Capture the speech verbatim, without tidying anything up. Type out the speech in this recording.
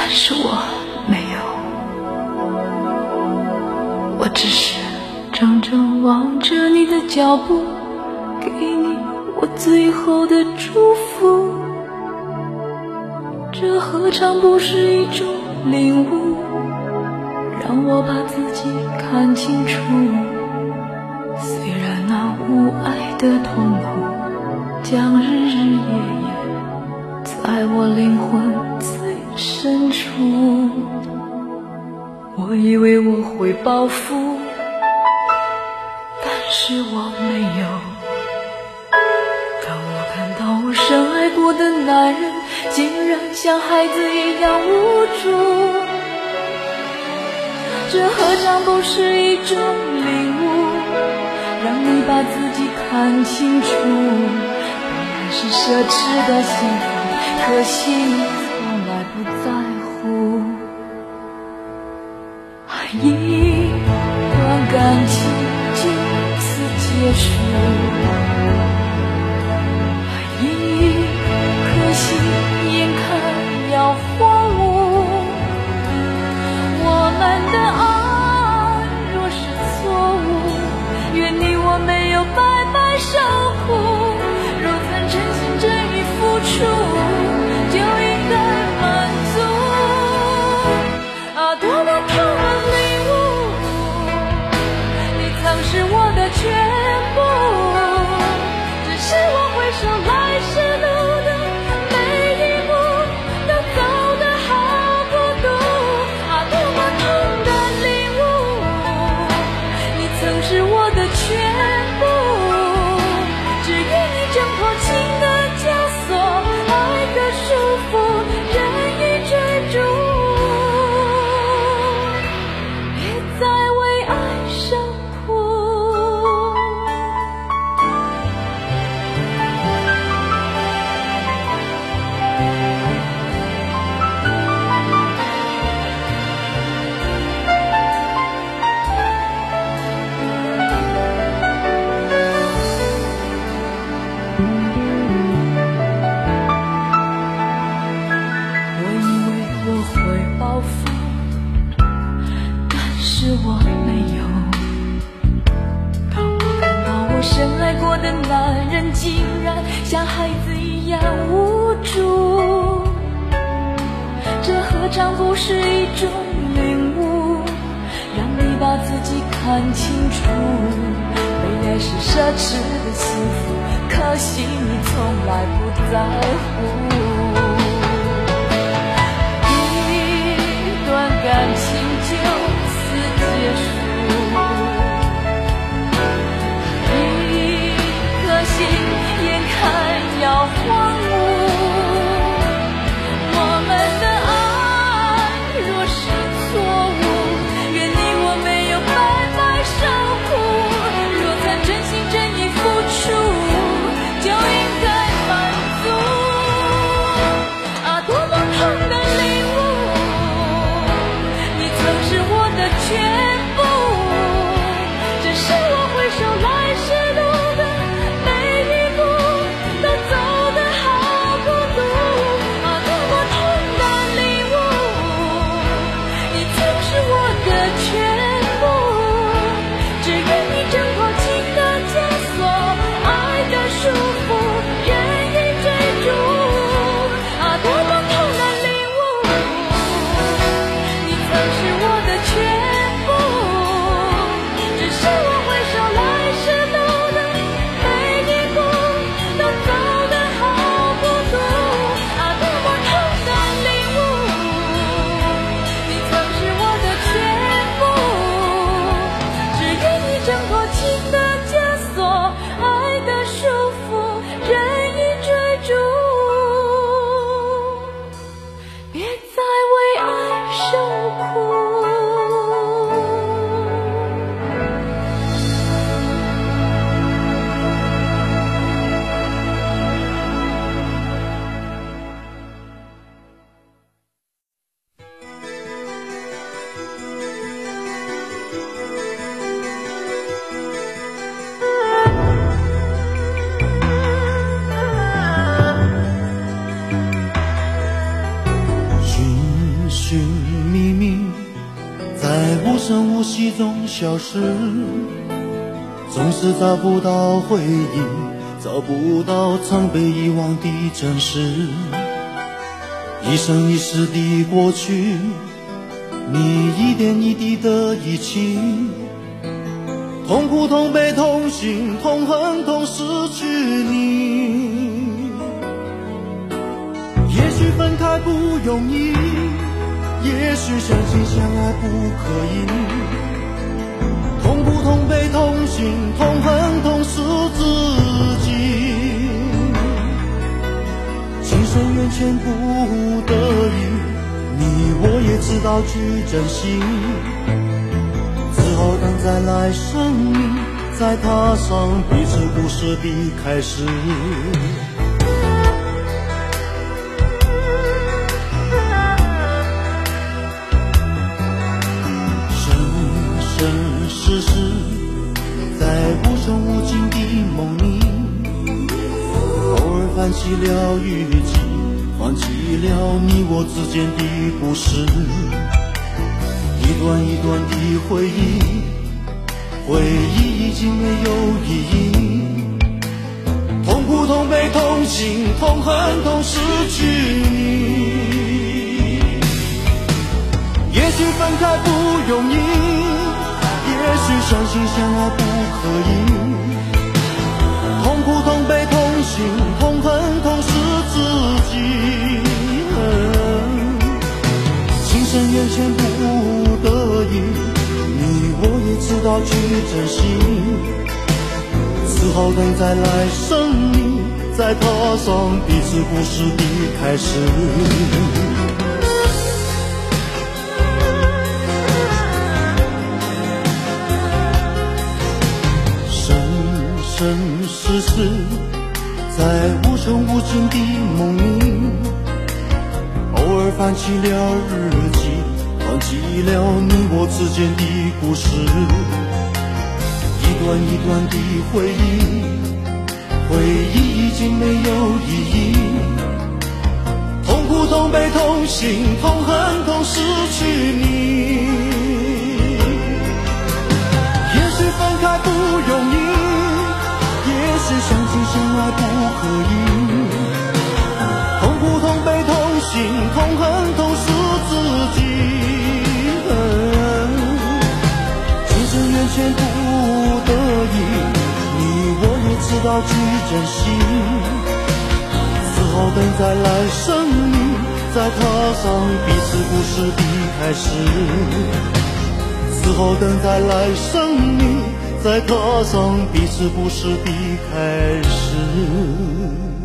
但是我没有，我只是怔怔望着你的脚步，给你我最后的祝福。这何尝不是一种领悟，让我把自己看清楚。虽然那无爱的痛苦将日日夜夜在我灵魂最深处，我以为我会报复，但是我没有。当我看到我深爱过的男人竟然像孩子一样无助，这何尝不是一种领悟，让你把自己看清楚。本来是奢侈的幸福，可惜你从来不在乎。一段感情就此结束，一颗心眼看要荒芜。我们的爱若是错误，愿你我没有白白受苦。若曾真心真意付出，就应该满足。啊，多么痛的领悟，你曾是我的全部，只是我回首来时路的每一步都走得好孤独。啊，多么痛的领悟，你曾是我的全部，只愿你挣脱情的枷锁，爱的束缚，任意追逐，别再为爱受苦。我以为我会报复，但是我没有。当我看到我深爱过的男人竟然像孩子一样无助，这何尝不是一种领悟，让你把自己看清楚。被爱是奢侈的幸福，可惜你从来不在乎。一段感情就此结束，一颗心眼看要荒芜。我们的爱若是错误，愿你我没有白白受苦。若曾真心真意付出，就应该满足。 寻觅觅，在无声无息中消失，总是找不到回应，找不到曾被遗忘的真实。一生一世的过去，你一点一滴的遗弃，痛苦痛悲痛心痛恨痛失去你。也许分开不容易，也许相亲相爱不可以，痛苦痛悲痛心痛恨痛失自己，情深缘浅不得已，你我也知道去珍惜，之后等再来生命，再踏上彼此故事的开始。生生世世，在无穷无尽的梦里，偶尔翻起了雨季，放弃了你我之间的故事，一段一段的回忆，回忆已经没有意义，痛苦痛悲痛心痛恨痛失去你。也许分开不容易，也许相亲相爱不可以，痛苦痛悲痛心痛恨痛失自己，情深缘浅不得已，你我也知道去珍惜，之后等再来生命，再踏上彼此故事的开始。生世世，在无穷无尽的梦里，偶尔翻起了日记，放弃了你我之间的故事，一段一段的回忆，回忆已经没有意义，痛苦痛悲痛心痛恨痛失去你。也许分开不容易，也许相亲相爱不可以，痛苦痛悲痛心痛恨痛失自己，情深缘浅不得已，你我也知道去珍惜，之后等再来生命，再踏上彼此故事的开始，之后等再来生命，再踏上彼此故事的开始。